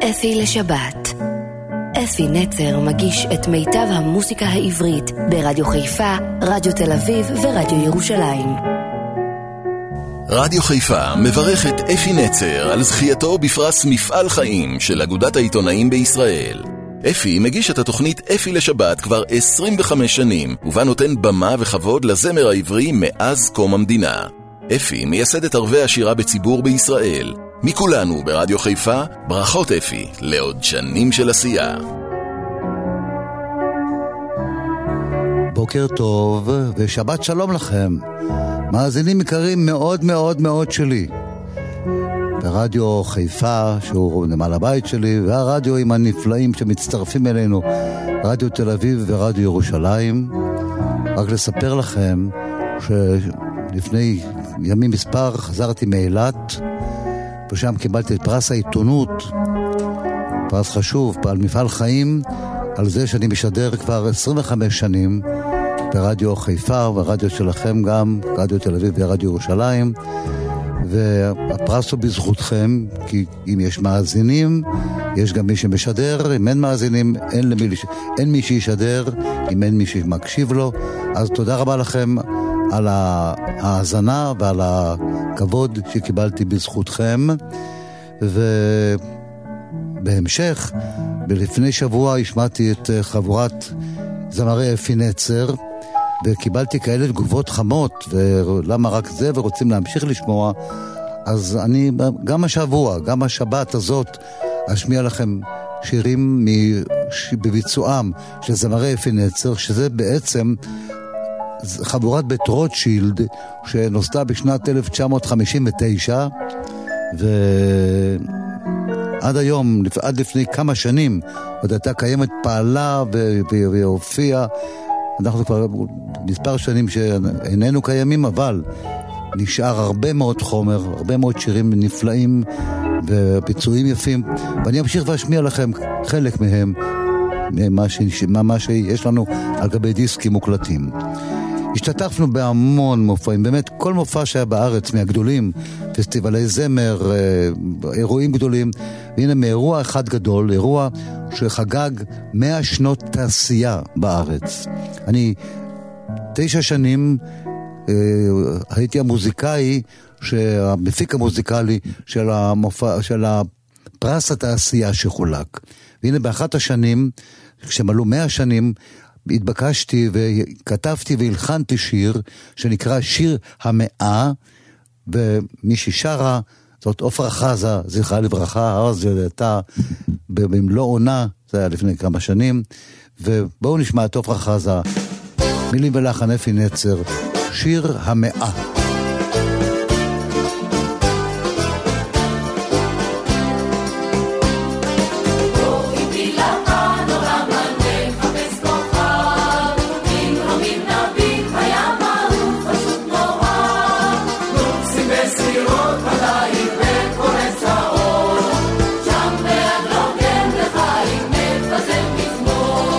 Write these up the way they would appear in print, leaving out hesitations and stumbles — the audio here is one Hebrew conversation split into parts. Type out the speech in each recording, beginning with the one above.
אפי לשבת. אפי נצר מגיש את מיטב המוסיקה העברית ברדיו חיפה, רדיו תל אביב ורדיו ירושלים. רדיו חיפה מברך את אפי נצר על זכייתו בפרס מפעל חיים של אגודת העיתונאים בישראל. אפי מגיש את התוכנית אפי לשבת כבר 25 שנים, ובה נותן במה וכבוד לזמר העברי מאז קום המדינה. אפי מייסד את ערבי השירה בציבור בישראל. מכולנו ברדיו חיפה, ברכות אפי, לעוד שנים של עשייה. בוקר טוב ושבת שלום לכם, מאזינים יקרים מאוד מאוד מאוד שלי. ברדיו חיפה, שהוא נמל הבית שלי, והרדיו הנפלאים שמצטרפים אלינו, רדיו תל אביב ורדיו ירושלים. רק לספר לכם שלפני ימים מספר חזרתי מאילת, ושם קיבלתי את פרס העיתונות, פרס חשוב, על מפעל חיים, על זה שאני משדר כבר 25 שנים ברדיו חיפה, והרדיו שלכם גם, רדיו תל אביב ורדיו ירושלים. והפרס הוא בזכותכם, כי אם יש מאזינים, יש גם מי שמשדר. אם אין מאזינים, אין מי שישדר, אם אין מי שמקשיב לו. אז תודה רבה לכם על ההאזנה ועל הכבוד שקיבלתי בזכותכם. ובהמשך, לפני שבוע השמעתי את חבורת זמרי אפי נצר, וקיבלתי כאלה תגובות חמות, ולמה רק זה, ורוצים להמשיך לשמוע. אז אני גם השבוע, גם השבת הזאת, אשמיע לכם שירים בביצועם של זמרי אפי נצר, שזה בעצם חבורת בית רוטשילד, שנוסדה בשנת 1959, ועד היום, עד לפני כמה שנים, עוד הייתה קיימת, פעלה והופיעה. אנחנו כבר מספר שנים שאיננו קיימים, אבל נשאר הרבה מאוד חומר, הרבה מאוד שירים נפלאים וביצועים יפים, ואני אמשיך ואשמיע לכם חלק מהם, מה שיש לנו על גבי דיסקים מוקלטים. השתתפנו בהמון מופעים, באמת כל מופע שהיה בארץ מהגדולים, פסטיבלי זמר, אירועים גדולים, והנה מאירוע אחד גדול, אירוע שחגג 100 שנות תעשייה בארץ. אני 9 שנים הייתי המוזיקאי, המפיק המוזיקלי של הפרס התעשייה שחולק. והנה באחת השנים, כשמלאו 100 שנים, התבקשתי וכתבתי והלחנתי שיר שנקרא שיר המאה, ומי ששרה זאת עופרה חזה, זכרה לברכה, אז הייתה במלוא עונה, זה היה לפני כמה שנים. ובואו נשמע את עופרה חזה, מילים ולחן אפי נצר, שיר המאה.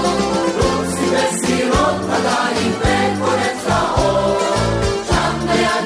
Yeah.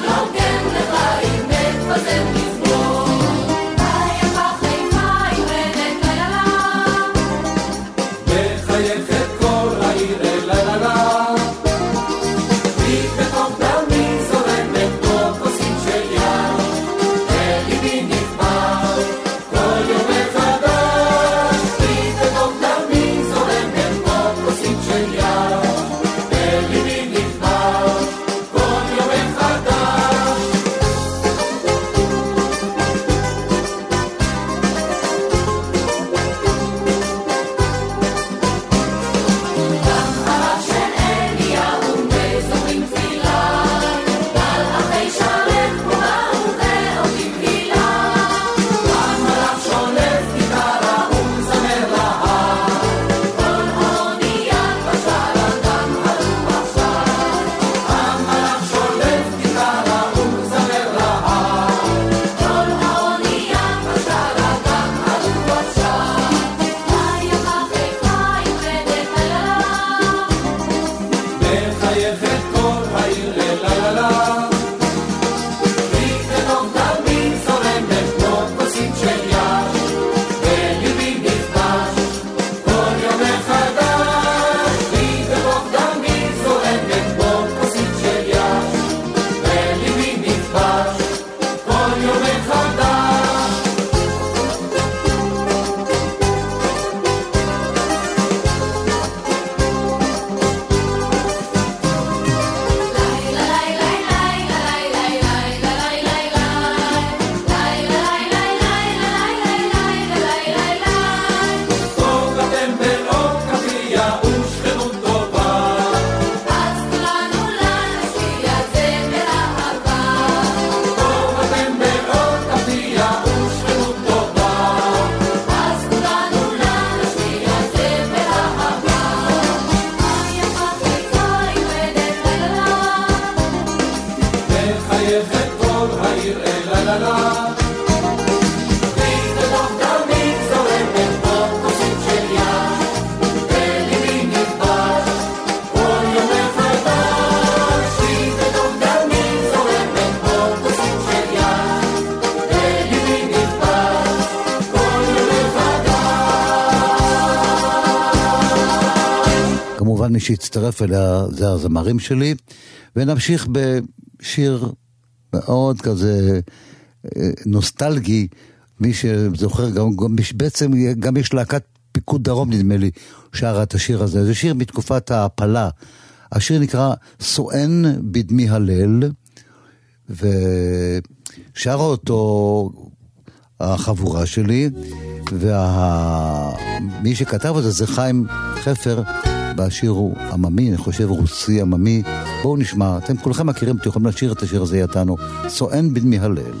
כמובן מי שהצטרף אליה זה הזמרים שלי, ונמשיך בשיר מאוד כזה נוסטלגי, מי שזוכר, בעצם גם יש להקת פיקוד דרום נדמה לי, שרה את השיר הזה, זה שיר מתקופת ההפלה, השיר נקרא סואן בדמי הלל, ושרה אותו החבורה שלי, ומי שכתב את זה חיים חפר, והשיר הוא עממי, אני חושב רוסי עממי. בואו נשמע, אתם כולכם מכירים, אתם יכולים לשיר את השיר הזה איתנו, סואן בדמי הלל.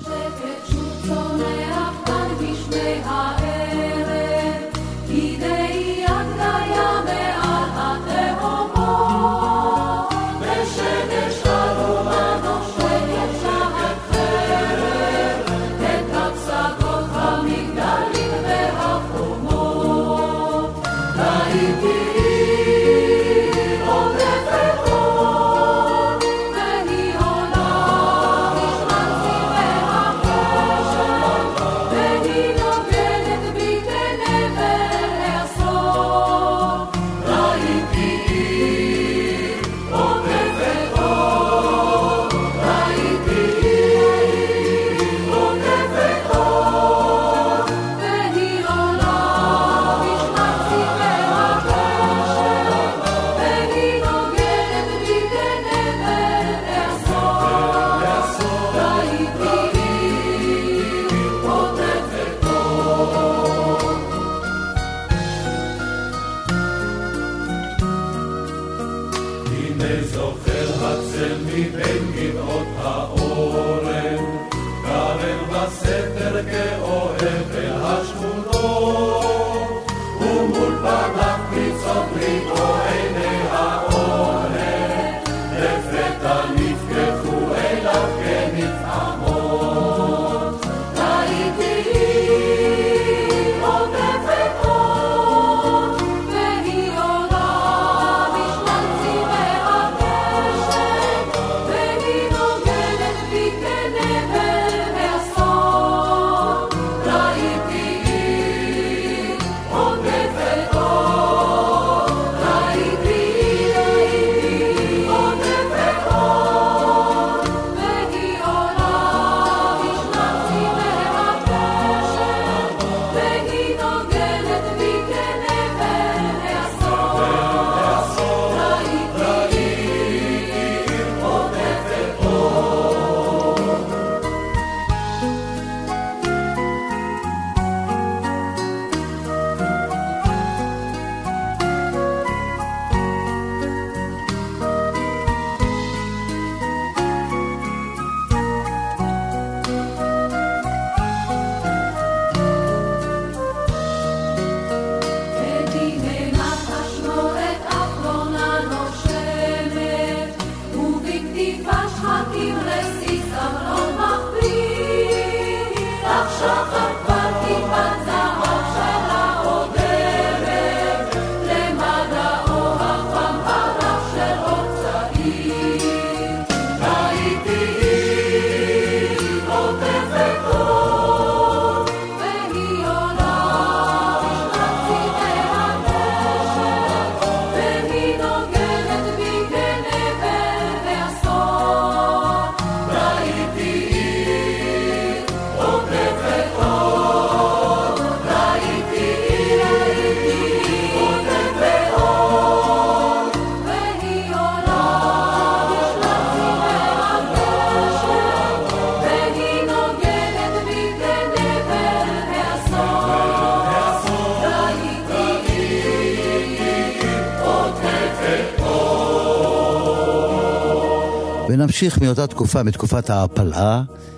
ונמשיך מאותה תקופה, מתקופת ההפלה,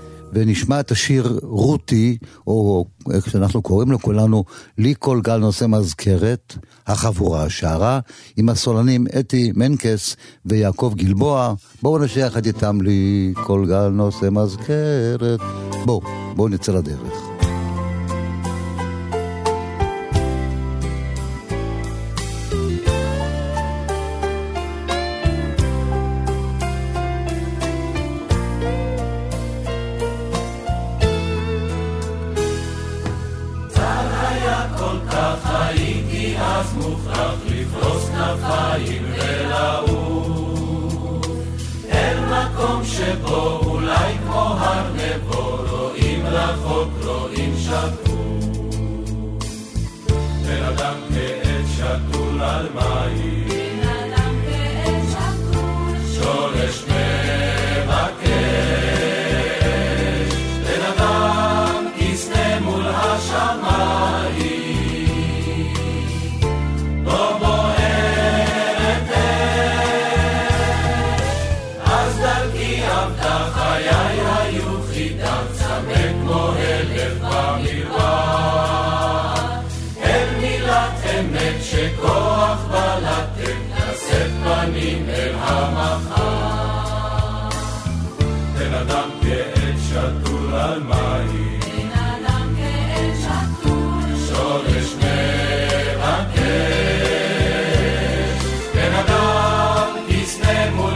ונשמע את השיר רותי, או איך שאנחנו קוראים לו כולנו, לי כל גל נושא מזכרת, החבורה שרה, עם הסולנים אתי מנקס ויעקב גלבוע. בואו נשאר יחד איתם לי כל גל נושא מזכרת. בואו נצא לדרך. אז מוכרח לפרוס כנפיים השמיים ולעוף אל מקום שבו אולי כמו הר נבו רואים רחוק, רואים שטוף בן אדם כעץ שתול על מים בן אדם כעץ שתול שורש מבקש בן אדם כסנה מול השמיים בו בוערת אז דרכי עבדה חיי היו חידה צמא כמו הלך במרווה אל מילת אמת שכוח בלתת לשאת פנים אל המחר בן אדם כעץ שתול על מים בן אדם כעץ שתול שורש מבקש בן אדם כסנה מול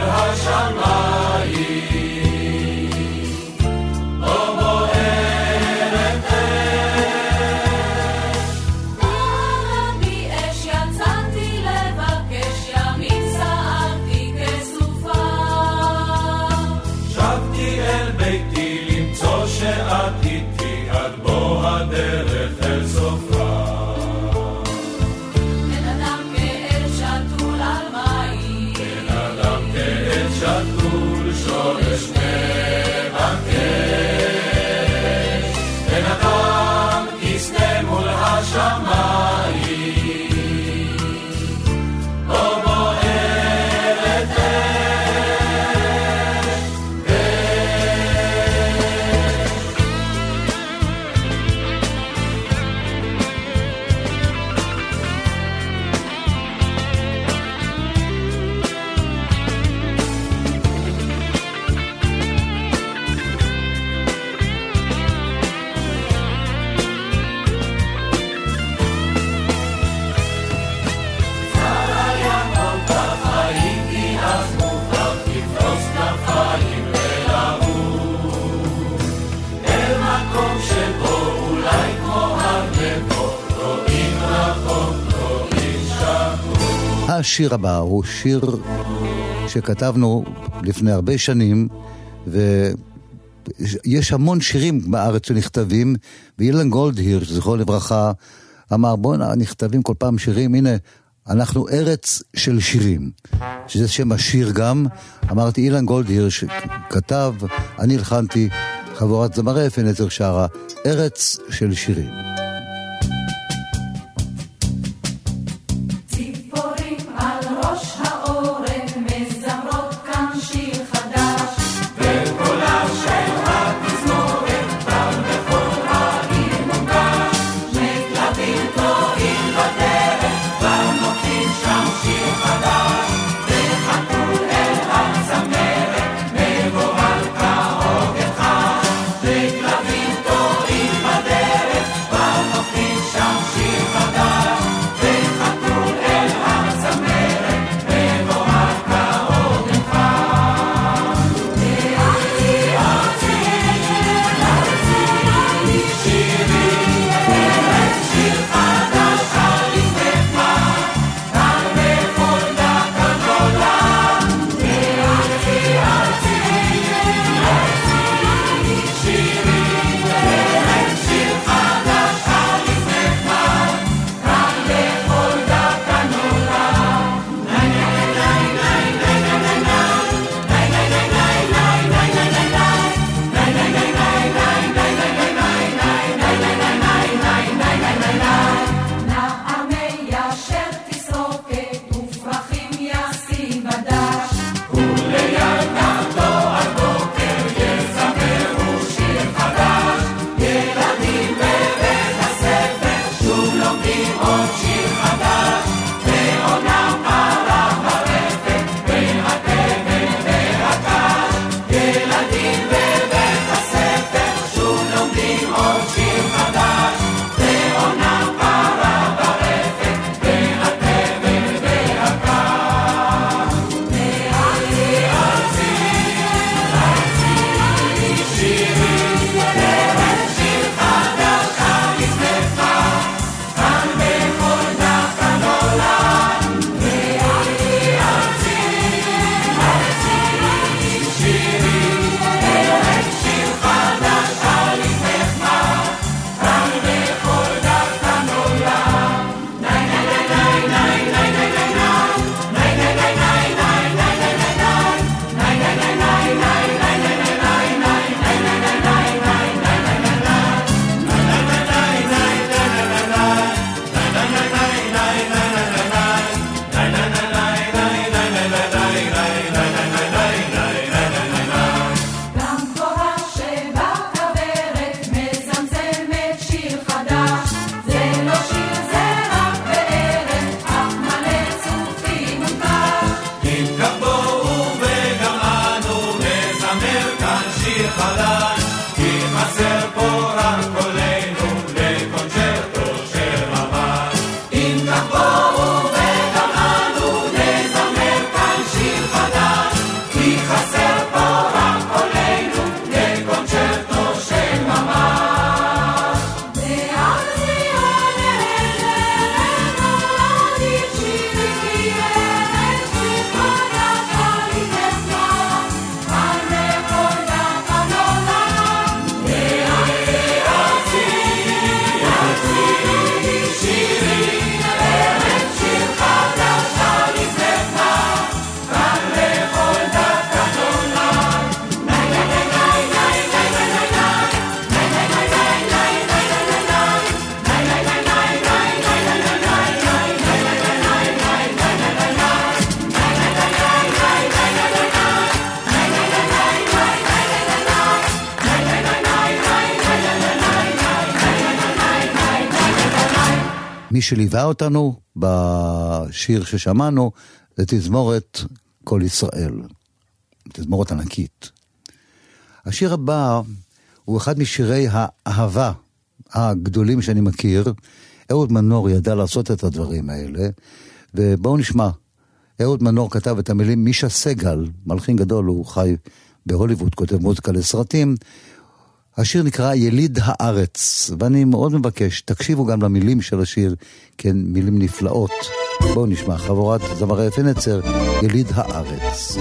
השמיים בו בוערת הרבי אש יצאתי לבקש ימים סערתי כסופה שבתי אל ביתי למצוא שאת איתי עד בוא הדרך אל סופה בן אדם כעץ שתול על מים בן אדם כעץ שתול שורש מבקש בן אדם כסנה מול השמיים בו בוערת השיר הבא הוא שיר שכתבנו לפני הרבה שנים, ויש המון שירים בארץ שנכתבים, ואילן גולדהירש, זכרו לברכה, אמר בוא נכתבים כל פעם שירים, הנה אנחנו ארץ של שירים, שזה שם השיר גם. אמרתי אילן גולדהירש כתב, אני הלחנתי, חבורת זמרי אפי נצר שרה, ארץ של שירים. מי שליווה אותנו בשיר ששמענו זה תזמורת כל ישראל, תזמורת ענקית. השיר הבא הוא אחד משירי האהבה הגדולים שאני מכיר. אהוד מנור ידע לעשות את הדברים האלה, ובואו נשמע. אהוד מנור כתב את המילים, מישה סגל, מלחין גדול, הוא חי בהוליווד, כותב מוזיקה לסרטים. השיר נקרא יליד הארץ, ואני מאוד מבקש, תקשיבו גם למילים של השיר, כן, מילים נפלאות. בואו נשמע, חבורת זמרי אפי נצר, יליד הארץ.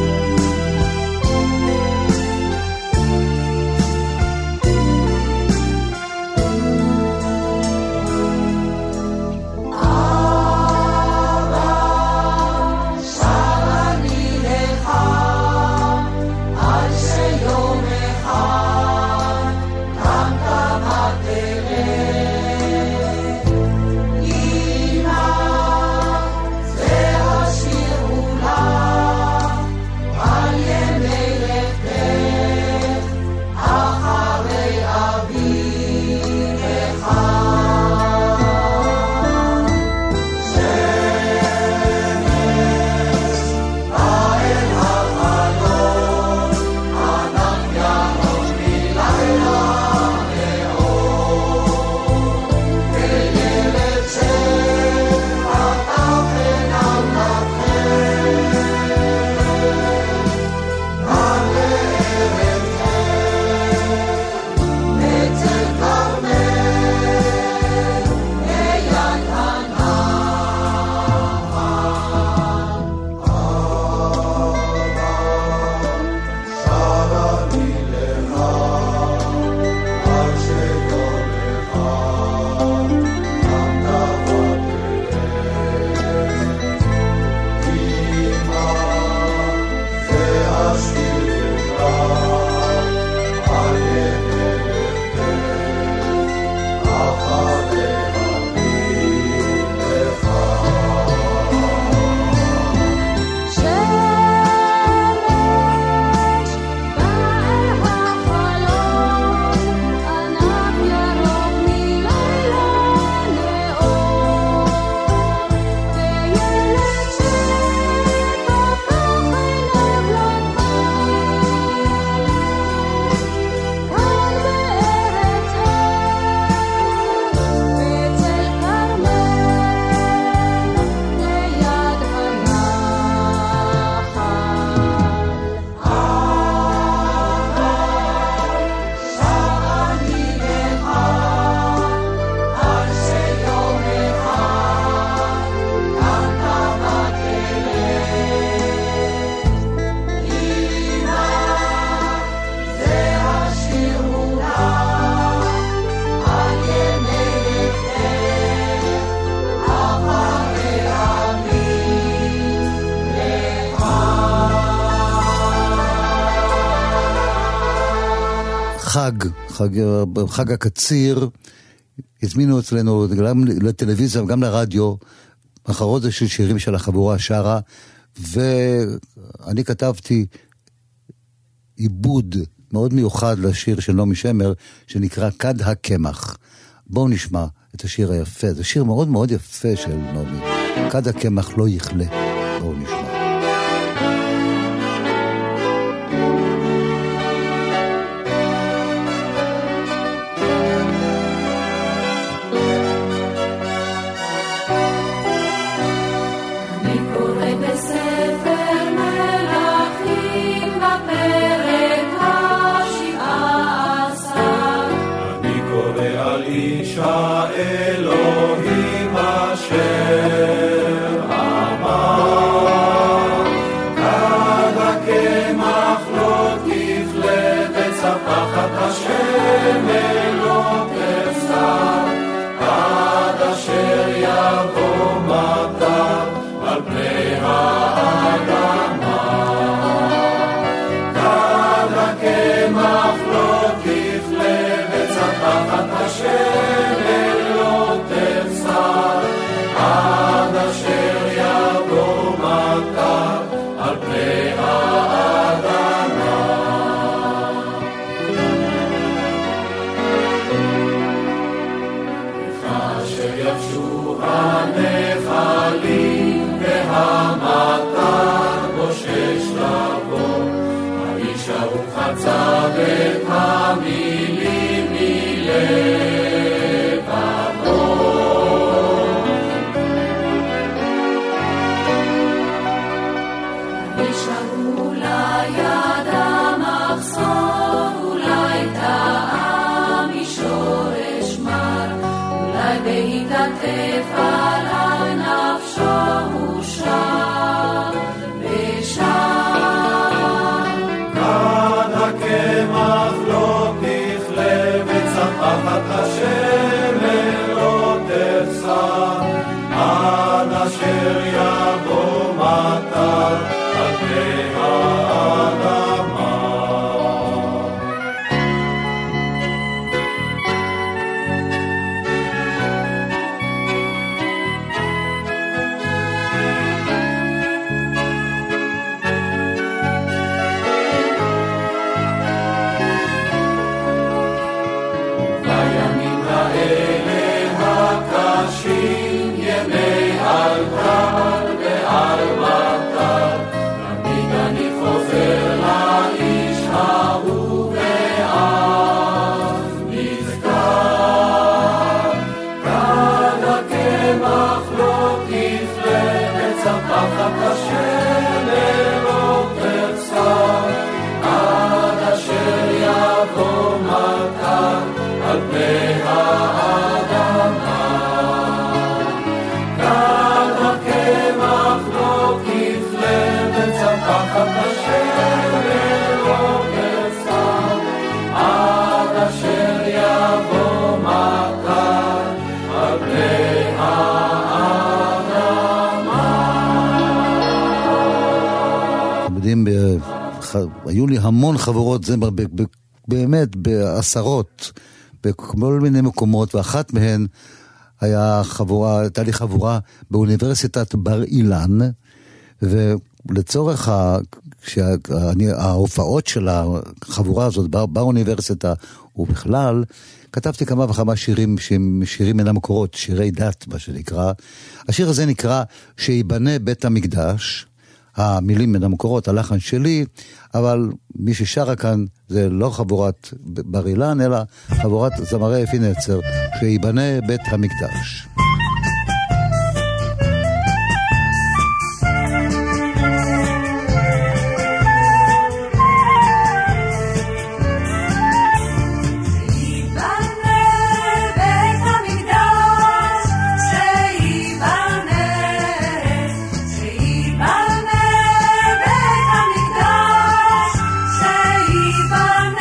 חג הקציר, הזמינו אצלנו גם לטלוויזיה וגם לרדיו, אחרות זה של שירים של החבורה שרה, ואני כתבתי עיבוד מאוד מיוחד לשיר של נעמי שמר, שנקרא כד הקמח. בואו נשמע את השיר היפה, זה שיר מאוד מאוד יפה של נעמי, כד הקמח לא יכלה. בואו נשמע. אלוהים אשר אמר כד הקמח לא תכלה וצפחת השמן לא תחסר עד אשר יבוא מטר על פני האדמה כד הקמח לא תכלה וצפחת השמן לא תחסר אשר יבשו הנחלים והמטר בושש לבוא. האיש ההוא חצב את המילים מלבבו. האיש ההוא אולי ידע מחסור, אולי טעה משורש מר, אולי בהתעטף על נפשו הוא שר ושר. כאן הקמח לא תכלה וצמחת השמן לא תחסר, עד אשר יבוא מטר על פני האדמה. ימי אלתר ועל מטר, תמיד אני חוזר לאיש ההוא ואז נזכר. כאן הקמח לא תכלה וצמחת השמן לא תחסר, עד אשר יבוא מטר על פני האדמה. צמחת השמן לא תחסר, עד אשר יבוא מטר על פני האדמה. אתם יודעים, היו לי המון חבורות זמר, באמת בעשרות, בכל מיני מקומות, ואחת מהן הייתה לי חבורה באוניברסיטת בר אילן, ולצורך ההופעות של החבורה הזאת באוניברסיטה ובכלל, כתבתי כמה וכמה שירים שהם שירים מן המקורות, שירי דת מה שנקרא. השיר הזה נקרא שיבנה בית המקדש, המילים מן המקורות, הלחן שלי, אבל מי ששרה כאן זה לא חבורת בר אילן, אלא חבורת זמרי אפי נצר, שיבנה בית המקדש.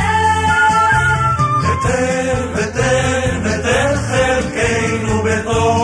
ותן חלקנו בתוך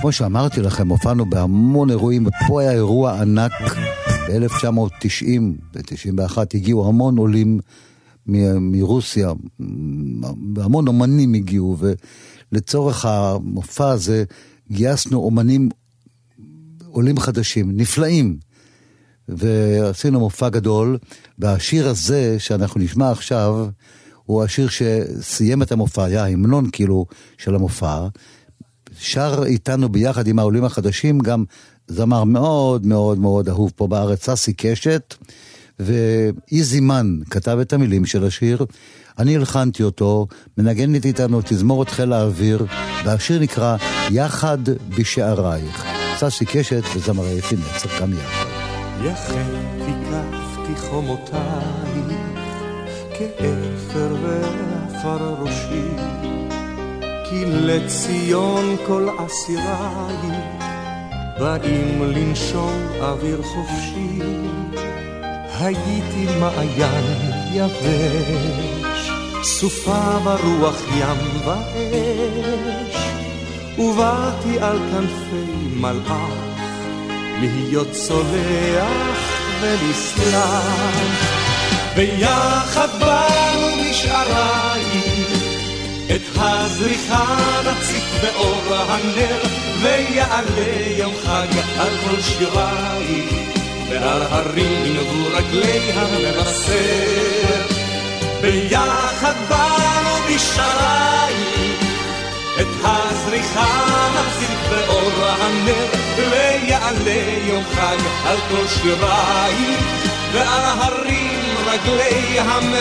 כמו שאמרתי לכם, הופענו בהמון אירועים, ופה היה אירוע ענק ב-1990 ו-91 הגיעו המון עולים מרוסיה, והמון אומנים הגיעו, ולצורך המופע הזה גייסנו אומנים עולים חדשים, נפלאים, ועשינו מופע גדול, והשיר הזה שאנחנו נשמע עכשיו, הוא השיר שסיים את המופע, היה המנון כאילו של המופע, שר איתנו ביחד עם העולים החדשים, גם זמר מאוד מאוד מאוד אהוב פה בארץ, ססי קשת, ואיזי מן כתב את המילים של השיר, אני הלחנתי אותו, מנגנת איתנו תזמורת חיל האוויר, והשיר נקרא יחד בשערייך. ססי קשת וזמרי אפי נצר גם יחד. יחד תיקפתי חומותייך, כאפר ואפר ראשי, כי לציון כל אסיריי באים לנשום אוויר חופשי. הייתי מעיין יבש, סופה ברוח ים ואש, ובאתי על כנפי מלאך להיות צולח ולסלח. ביחד באנו בשערייך, את הזריחה נציף באור הנר, ויעלה יום חג על כל שירייך, ועל הרים ינבו רגלי המבשר. ביחד באנו בשערייך, את הזריחה נציף באור הנר, ויעלה יום חג על כל שירייך, ועל הרים רגלי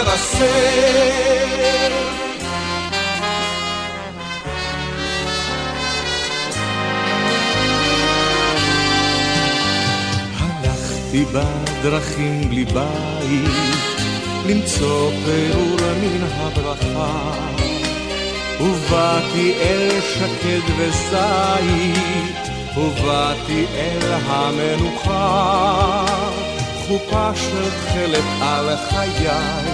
המבשר. בדרכים בלי בית, למצוא פירור מן הברכה, ובאתי אל שקד וזית, ובאתי אל המנוחה, חופה של תחלת על חיי,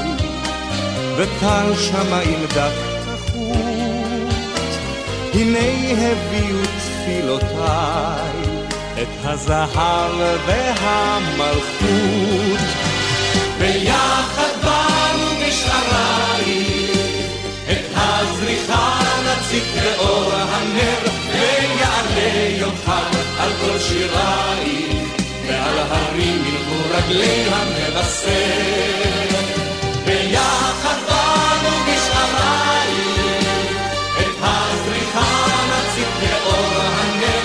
וטל שמיים דק תחות, הנה הביאו תפילותיי, את הזהב והמלכות. ביחד באנו בשערייך, את הזריחה נציף באור הנר, ויעלה יום חג על כל שירייך, ועל ההרים ילכו רגלי המבשר. ביחד באנו בשערייך, את הזריחה נציף באור הנר,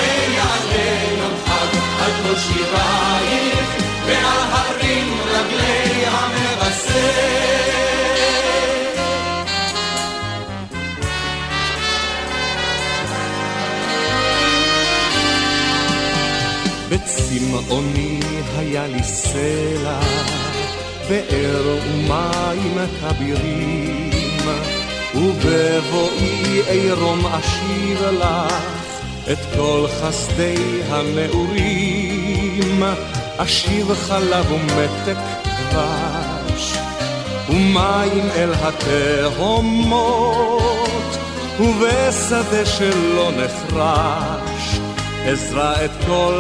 כל שירייך, ועל הרים רגלי המבשר. בצמאוני היה לי סלע, באר ומים כבירים, ובבואי עירום אשיב לך את כל חסדי הנעורים, אשיב חלב ומתק דבש, ומים אל התהומות, ובשדה שלא נחרש, עזרה את כל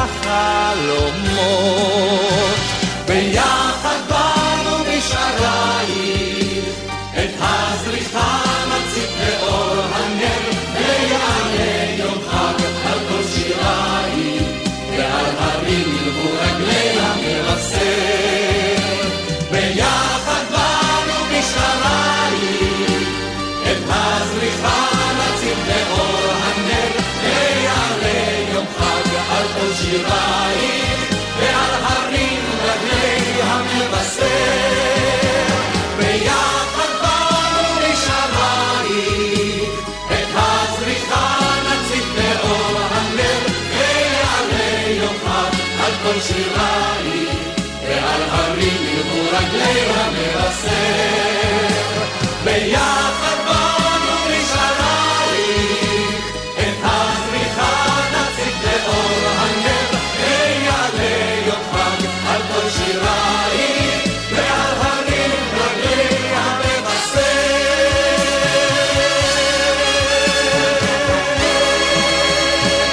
החלומות. ביחד באנו בשערייך, את הזריחה נציף באור הנר, ויעלה יום חג על כל שירייך, ועל הרים ילכו רגלי המבשר. ביחד באנו בשערייך, את הזריחה נציף באור הנר, ויעלה יום חג על כל שירייך, ועל הרים רגלי המבשר. ביחד באנו בשערייך, את הזריחה נציף באור הנר, ויעלה יום חג על כל שירייך, ועל הרים ילכו רגלי המבשר. ביחד באנו בשערייך, את הזריחה נציף באור הנר, ויעלה יום חג על כל שירייך, ועל הרים רגלי המבשר.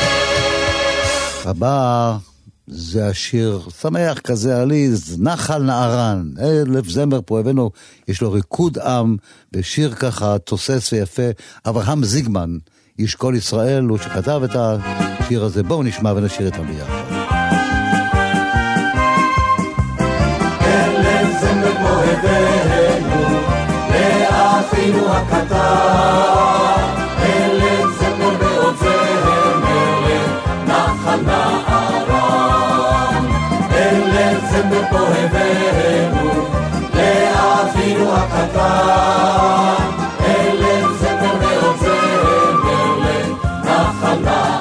הבא זה השיר שמח כזה עליז, נחל נערן. אלף זמר פה הבאנו, יש לו ריקוד עם, בשיר ככה תוסס ויפה. אברהם זיגמן, איש כל ישראל, הוא שכתב את השיר הזה. בואו נשמע ונשיר איתם ביחד. אלף זמר פה הבאנו, לאחינו הקטן. אלף זמר ועוד זמר, נחל נערן. אלף זמר פה הבאנו, לאחינו הקטן. אלף זמר ועוד זמר, נחל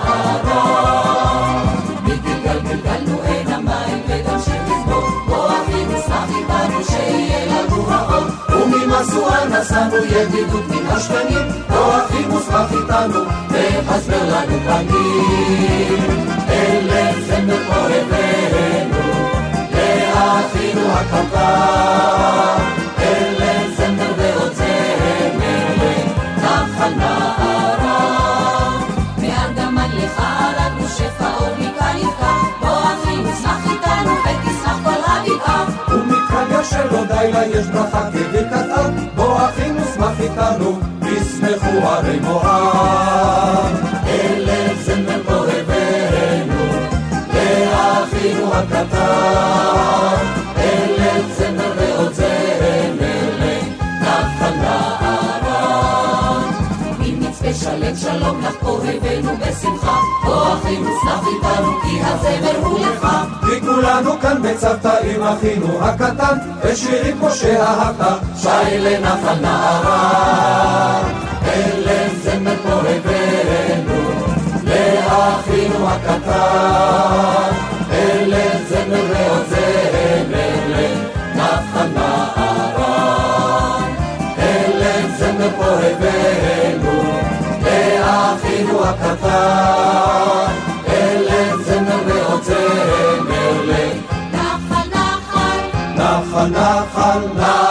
נערן. מגלגלנו אין המים וגם שתזבור, בוא אחי נשמח איתנו שיהיה לנו האור. וממסוע נסענו ידידות מן השכנים, בוא אחי נשמח איתנו וחסבר לנו פנים. אלף זמר פה הבאנו, לאחינו הקטן. אלף זמר ועוד זמר, נחל נערן. מארגמן לך עלנו שפע אור מכאן יבקע, בוא אחי נשמח איתנו ותשמח כל הבקעה. ומתחגה שלא די לה יש ברכה כברכתה, בוא אחי נשמח איתנו תשמחו הרי מואב. אלף זמר פה הבאנו, לאחינו הקטן. אלף זמר ועוד זמר, נחל נערן. ממצפה שלם שלום לך פה הבאנו בשמחה, בוא אחי נשמח איתנו כי הזמר הוא לך. וכולנו כאן בצוותא עם אחינו הקטן, ושירים כמו שאהבת שי לנחל נערן. אלף זמר פה הבאנו, לאחינו הקטן. אלף זמר ועוד זמר, נחל נערן. אלף זמר פה הבאנו, לאחינו הקטן. אלף זמר ועוד זמר, נחל נחל, נחל נחל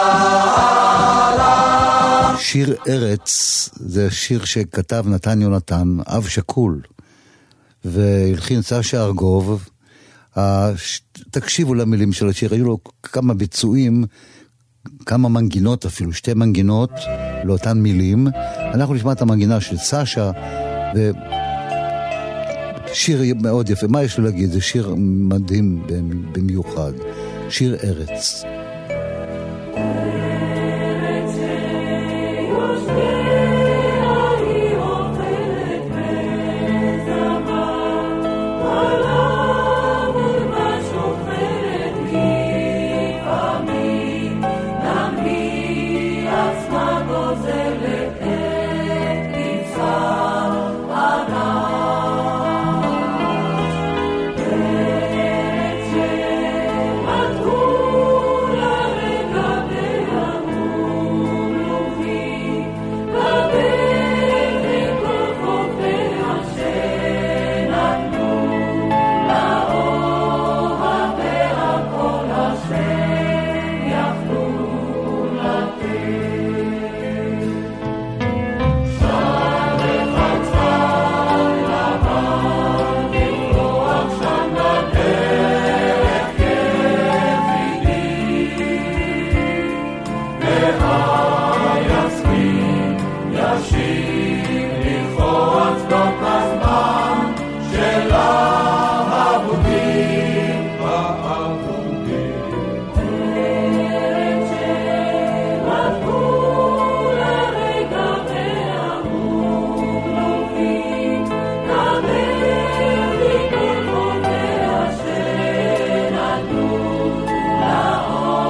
נערן. שיר ארץ זה שיר שכתב נתן יונתן, אב שקול, והלחין סשה ארגוב. תקשיבו למילים של השיר, היו לו כמה ביצועים, כמה מנגינות אפילו, 2 מנגינות לאותן מילים. אנחנו נשמע את המנגינה של סשה, ושיר מאוד יפה. מה יש לו להגיד? זה שיר מדהים במיוחד, שיר ארץ.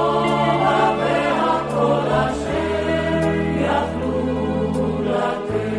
יפלו לתת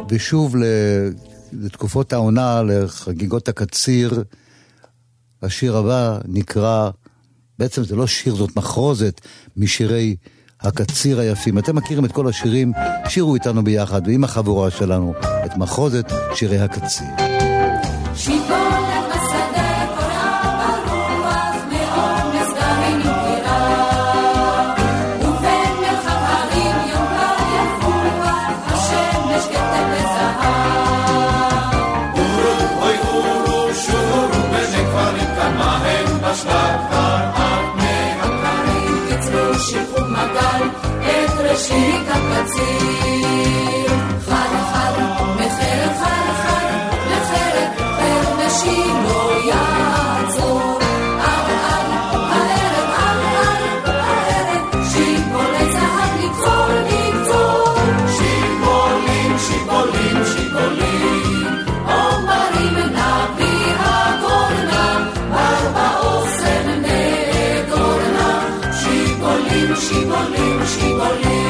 ושוב לתקופות העונה, לחגיגות הקציר, השיר הבא נקרא, בעצם זה לא שיר, זאת מחרוזת משירי הקציר היפים. אתם מכירים את כל השירים, שירו איתנו ביחד, ועם החבורה שלנו, את מחרוזת שירי הקציר. ראשית הקציר חד חד מחרת חד חד לחרת חרד נשים לא יעצור עד הערב עד הערב שיבולי זהב לקצור לקצור שיבולים שיבולים שיבולים עומרים נביא הגורנה ברבה אוסם נגורנה שיבולים שיבולים שיבולים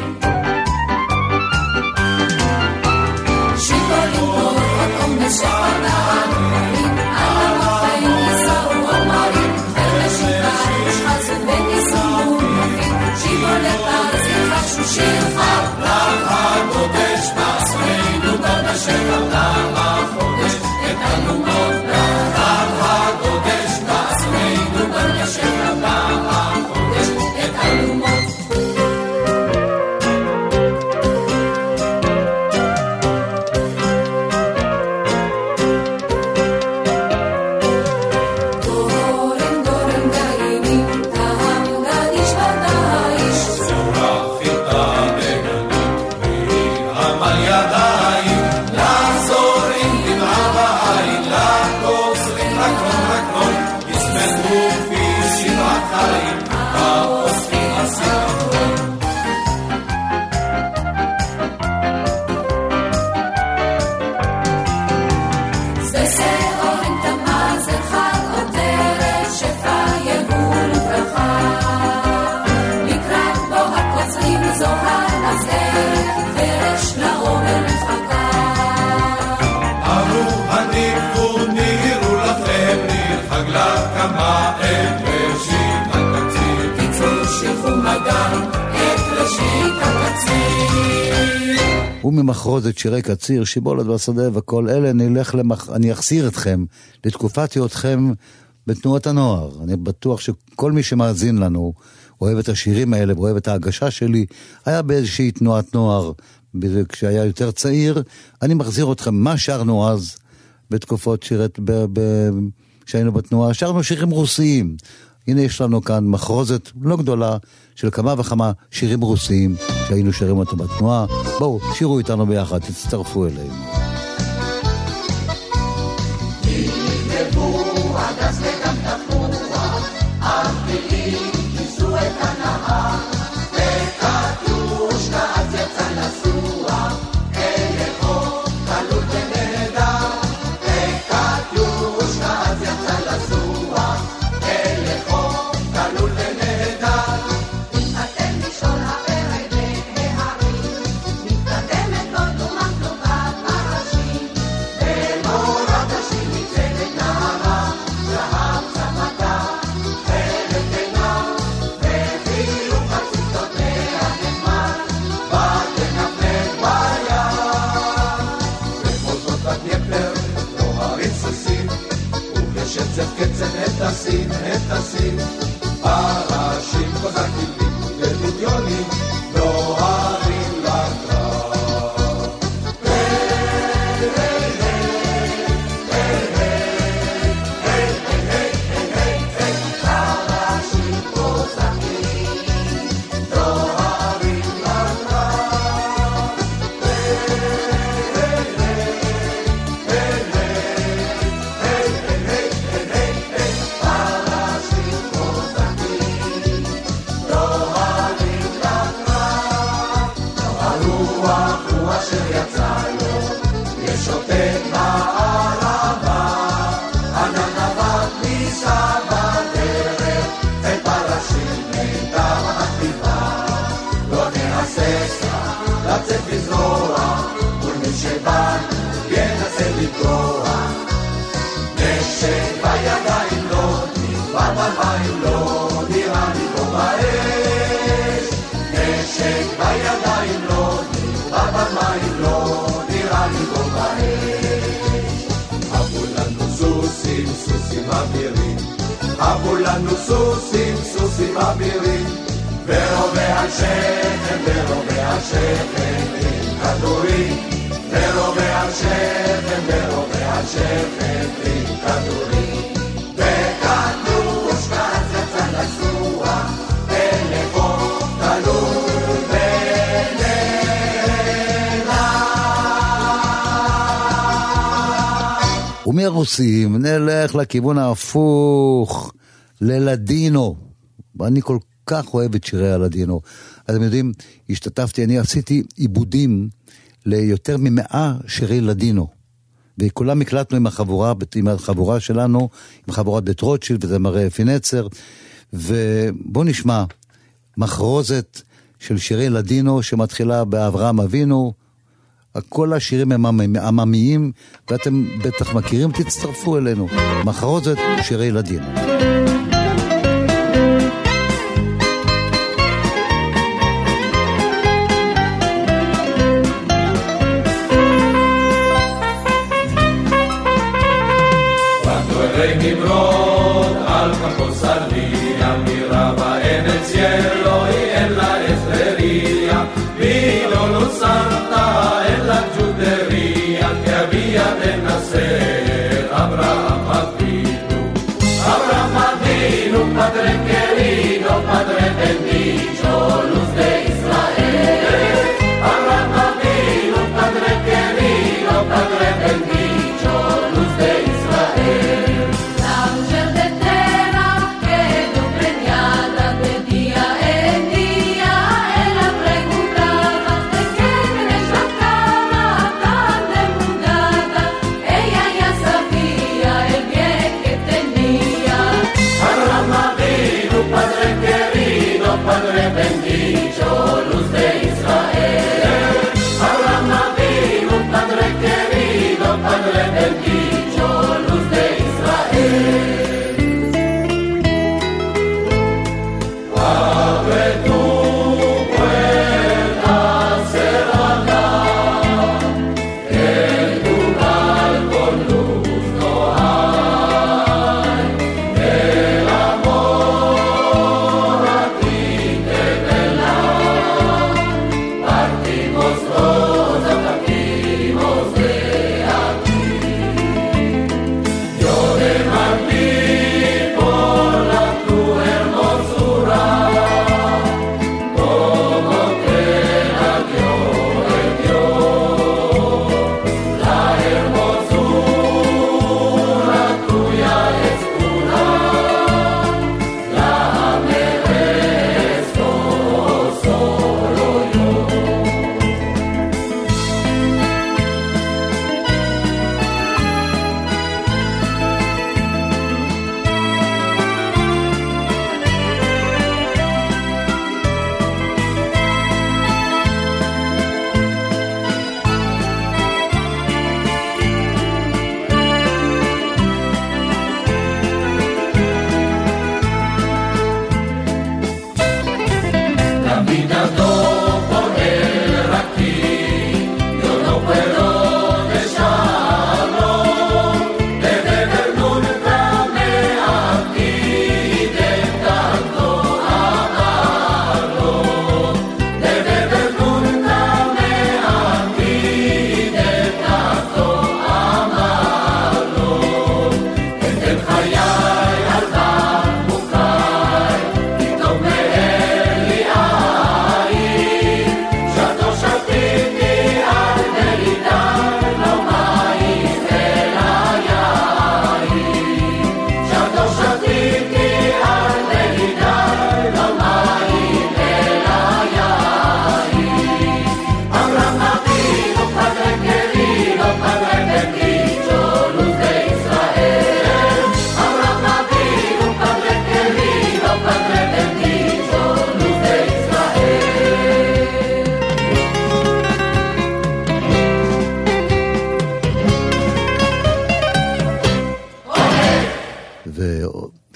וממחרוזת שירי קציר, שיבולת בשדה וכל אלה, אני אחזיר אתכם לתקופת היותכם בתנועת הנוער. אני בטוח שכל מי שמאזין לנו אוהב את השירים האלה ואוהב את ההגשה שלי, היה באיזושהי תנועת נוער כשהיה יותר צעיר. אני מחזיר אתכם מה שרנו אז בתקופות שירת שהיינו בתנועה, שרנו שירים רוסיים. הנה יש לנו כאן מחרוזת לא גדולה של כמה וכמה שירים רוסיים שהיינו שרים אותם בתנועה. בואו, שירו איתנו ביחד, תצטרפו אלינו. תלכו הדס וגם תפוח, אל תלי, כיסו את הנהר, וקטיושקה אז יצא לסוח, אלכו תלול ונהדר, וקטיושקה אז יצא לסוח, אלכו תלול ונהדר. מתחתן לשאול הפרק להרים, מתקדמת לא דומה כלובת הראשים, ומורת השיר ניצבת נערה, זהב צמתה, חלק עינה, וחיוך הציטות מהנחמד, בתנפנף ביד. בפולטות בדנפר, נוהרים סוסים, ובשצף קצף הטסים, הטסים, פרשים קוזקים ובדיונים, נוהרים לקרב. שבא ינסה לקרוע, נשק בידיים לא נקבע במים לא נראה לי בו באש, נשק בידיים לא נקבע במים לא נראה לי בו באש. אבו לנו סוסים סוסים אבירים, אבו לנו סוסים סוסים אבירים, ורובה על שכם ורובה על שכם עם כדורים, ורובה על שכם ורובה על שכם עם כדורים, וקטוש כץ יצא לסוע ולבוא תלול ונאלה. ומרוסים נלך לכיוון ההפוך, ללדינו. ואני כל כך אוהב את שירי הלדינו. אז אתם יודעים, אני עשיתי עיבודים ליותר מ100 שירי לדינו. וכולם הקלטנו עם החבורה שלנו, עם חברת בית רוטשילד וזמרי אפי נצר. ובואו נשמע מחרוזת של שירי לדינו שמתחילה באברהם אבינו. כל השירים הם עממיים, ואתם בטח מכירים, תצטרפו אלינו. מחרוזת שירי לדינו. Nibron al campo salía miraba en el cielo y en la estrella vino luz santa en la judería que había de nacer Abraham Avinu, Padre querido, Padre bendito, luz de Israel. Abraham Avinu, Padre querido, Padre bendito, luz de Israel. La luce de terra che tu pregnata de dia e di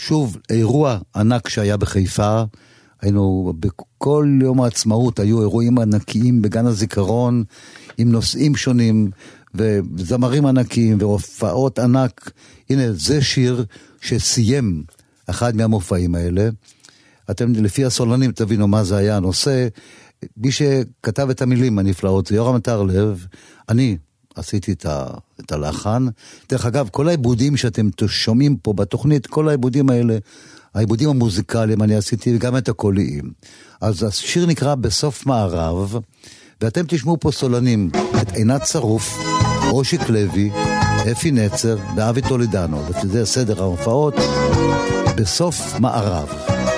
שוב, אירוע ענק שהיה בחיפה, היינו בכל יום העצמאות, היו אירועים ענקיים בגן הזיכרון, עם נושאים שונים, וזמרים ענקיים, והופעות ענק. הנה, זה שיר שסיים אחד מהמופעים האלה. אתם לפי הסולנים תבינו מה זה היה הנושא. מי שכתב את המילים הנפלאות זה יורם טרלב, אני עשיתי את הלחן. דרך אגב, כל העיבודים שאתם שומעים פה בתוכנית, כל העיבודים האלה, העיבודים המוזיקליים אני עשיתי, וגם את הקוליים. אז השיר נקרא בסוף מערב, ואתם תשמעו פה סולנים, את עינת שרוף, אושיק לוי, אפי נצר ואבי טולידנו, וזה סדר ההופעות, בסוף מערב.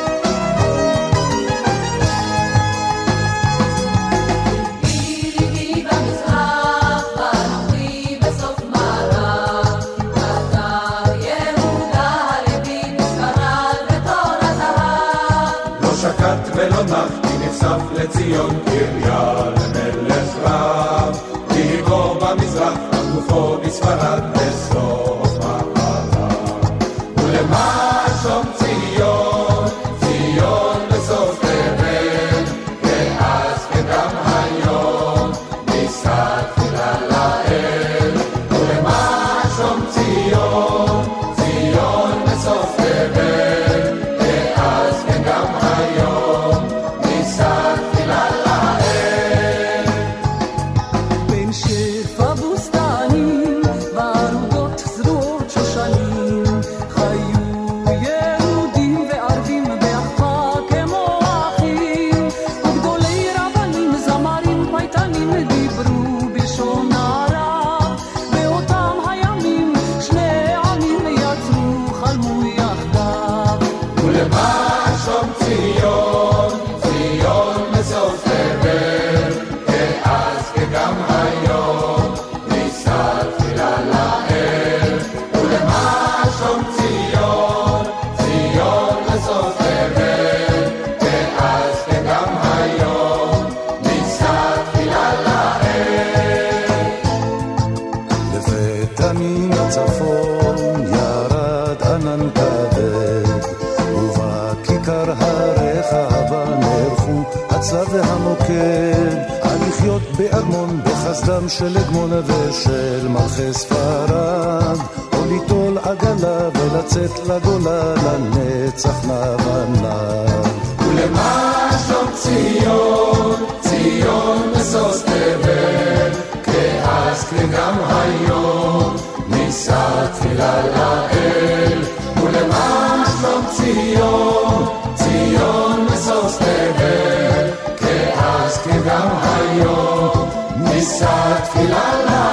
ולא נחתי נחשף לציון קריה למלך רב להיגור במזרח הגופו בספרד בסוף מערב ולמה שום ציון ציון בסוף תבל כאז וגם היום נישא תפילה לאל ולמה שום ציון ציון בסוף תבל כאז וגם היום נישא תפילה לאל בין שפע בוסתנים וערוגות זרועות שושנים חיו יהודים וערבים באחווה כמו אחים וגדולי רבנים זמרים פייטנים דיברו בלשון ערב באותם הימים שני עמים יצרו חלמו יחדיו ולמה שום ציון ציון בסוף תבל כאז כגם היום נישא תפילה לאל ולמה שום ציון ציון בסוף תבל כאז כגם היום נישא תפילה לאל לפתע מן הצפון ירד ענן כבד ובכיכר הרחבה נערכו הצלב והמוקד על לחיות בארמון בחסדם של אגמון ושל מלכי ספרד או ליטול עגלה ולצאת לגולה לנצח נבנב ולמה שום ציון ציון בסוף תבל כאז כגם היום נישא תפילה לאל ולמה שום ציון ציון בסוף תבל כאז כגם היום נישא תפילה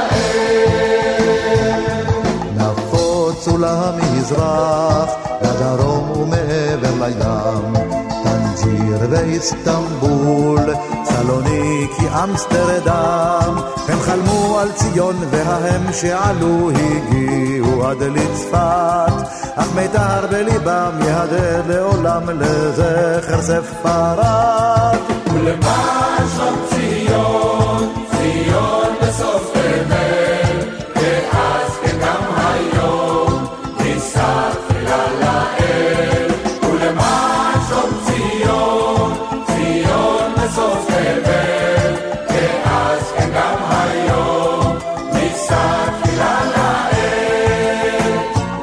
לאל נפוצו למזרח לדרום ומעבר לים טנג'יר ואיסטנבול סלוניקי אמסטרדם הם חלמו על ציון וההם שעלו הגיעו עד לצפת אך מיתר בליבם יהדהד לעולם לזכר ספרד ולמה שום ציון ציון בסוף תבל כאז כגם היום נישא תפילה לאל ולמה שום ציון ציון בסוף תבל כאז כגם היום נישא תפילה לאל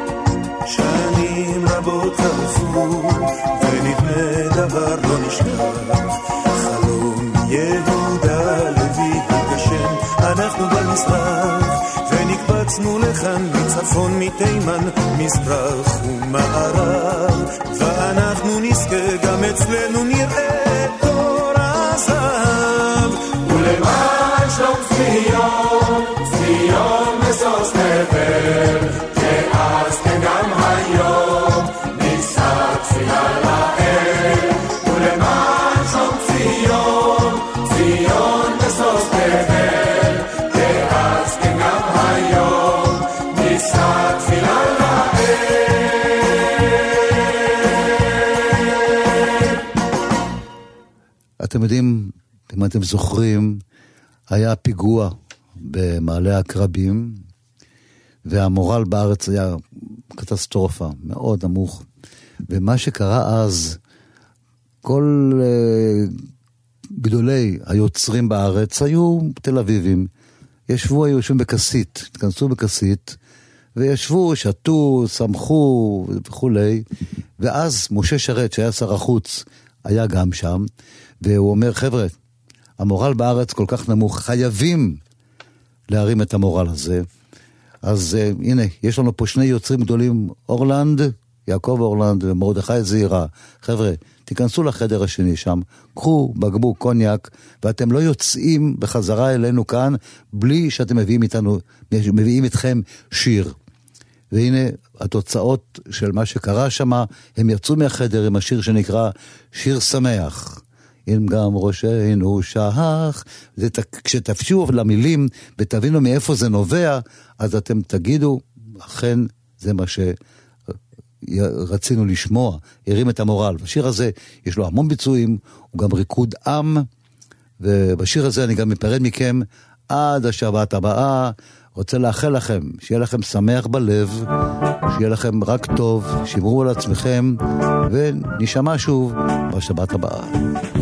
שנים רבות חלפו ונדמה דבר לא נשכח חלום יהודה לוי התגשם אנחנו במזרח ונקבצנו לכאן מצפון מתימן מזרח ומערב ואנחנו נזכה גם אצלנו נראה תור הזהב ולמה שום ציון ציון בסוף תבל כאז כגם היום נישא תפילה לאל ולמה שום ציון ציון בסוף תבל כאז כגם היום נישא תפילה לאל אתם יודעים, אם אתם זוכרים, היה פיגוע במעלה הקרבים, והמורל בארץ היה קטסטרופה, מאוד נמוך. ומה שקרה אז, כל גדולי היוצרים בארץ היו תל אביבים, היו יושבים בכסית, התכנסו בכסית, וישבו, שתו, שמחו וכולי, ואז משה שרת, שהיה שר החוץ, היה גם שם, והוא אומר, חבר'ה, המורל בארץ כל כך נמוך, חייבים להרים את המורל הזה. אז הנה, יש לנו פה שני יוצרים גדולים, אורלנד, יעקב אורלנד ומרדכי זעירה. חבר'ה, תיכנסו לחדר השני שם, קחו בקבוק קוניאק, ואתם לא יוצאים בחזרה אלינו כאן, בלי שאתם מביאים איתכם שיר. והנה התוצאות של מה שקרה שם, הם יצאו מהחדר עם השיר שנקרא שיר שמח. אם גם ראשנו שח, כשתפשו למילים ותבינו מאיפה זה נובע, אז אתם תגידו, אכן זה מה שרצינו לשמוע, הרים את המורל. בשיר הזה יש לו המון ביצועים, הוא גם ריקוד עם, ובשיר הזה אני גם מפרד מכם עד השבת הבאה. רוצה לאחל לכם, שיהיה לכם שמח בלב, שיהיה לכם רק טוב, שמרו על עצמכם, ונשמע שוב בשבת הבאה.